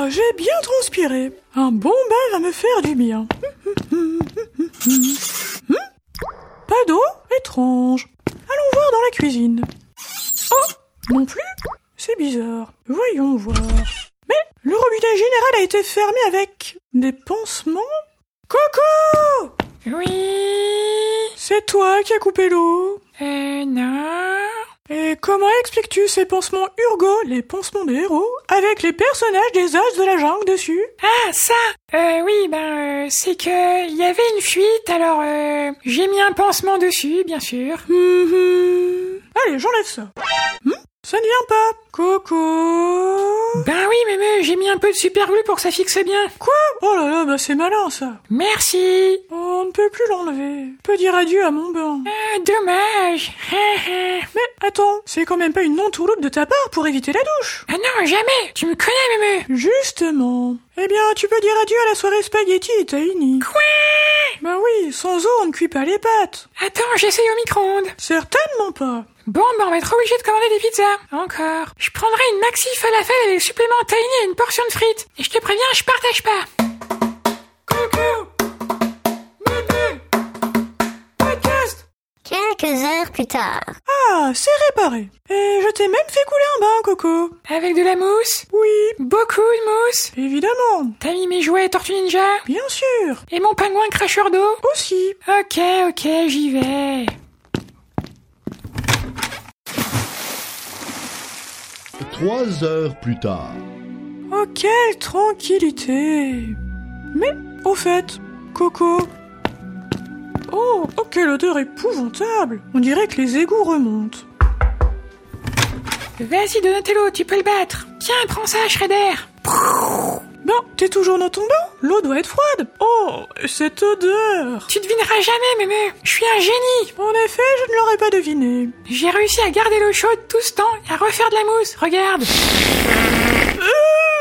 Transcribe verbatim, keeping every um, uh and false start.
Ah, j'ai bien transpiré. Un bon bain va me faire du bien. Pas d'eau? Étrange. Allons voir dans la cuisine. Oh, non plus? C'est bizarre. Voyons voir. Mais le robinet général a été fermé avec des pansements? Coco! Oui? C'est toi qui as coupé l'eau? Euh, non. Et comment expliques-tu ces pansements Urgo, les pansements des héros, avec les personnages des As de la jungle dessus? Ah, ça! Euh, oui, ben, euh, c'est que il y avait une fuite, alors, euh, j'ai mis un pansement dessus, bien sûr. Hum, Allez, j'enlève ça. Hum, ça ne vient pas. Coco? Ben oui, mémé, j'ai mis un peu de super glue pour que ça fixe bien. Quoi? Oh là là, bah c'est malin ça. Merci. Oh, on ne peut plus l'enlever. Je peux dire adieu à mon bain. Ah, dommage. Mais attends, c'est quand même pas une entourloupe de ta part pour éviter la douche. Ah non, jamais. Tu me connais, mémé. Justement. Eh bien, tu peux dire adieu à la soirée spaghetti et tahini. Quoi? Ben oui, sans eau, on ne cuit pas les pâtes. Attends, j'essaye au micro-ondes. Certainement pas. Bon, ben on va être obligé de commander des pizzas. Encore. Je prendrai une maxi falafel avec supplément tahini et une portion de frites. Et je te préviens, je partage pas. Coco! Mémé! Podcast! Quelques heures plus tard. Ah, c'est réparé. Et je t'ai même fait couler un bain, Coco. Avec de la mousse? Oui, Beaucoup de mousse? évidemment. T'as mis mes jouets Tortue Ninja? Bien sûr. Et mon pingouin cracheur d'eau? Aussi. Ok, ok, j'y vais. Trois heures plus tard. Oh, quelle tranquillité. Mais, au fait, Coco... Oh, oh, quelle odeur épouvantable. On dirait que les égouts remontent. Vas-y, Donatello, tu peux le battre. Tiens, prends ça, Shredder. Ben, t'es toujours dans ton bain? L'eau doit être froide. Oh, cette odeur. Tu devineras jamais, mémé. Je suis un génie. En effet, je ne l'aurais pas deviné. J'ai réussi à garder l'eau chaude tout ce temps et à refaire de la mousse. Regarde. Euh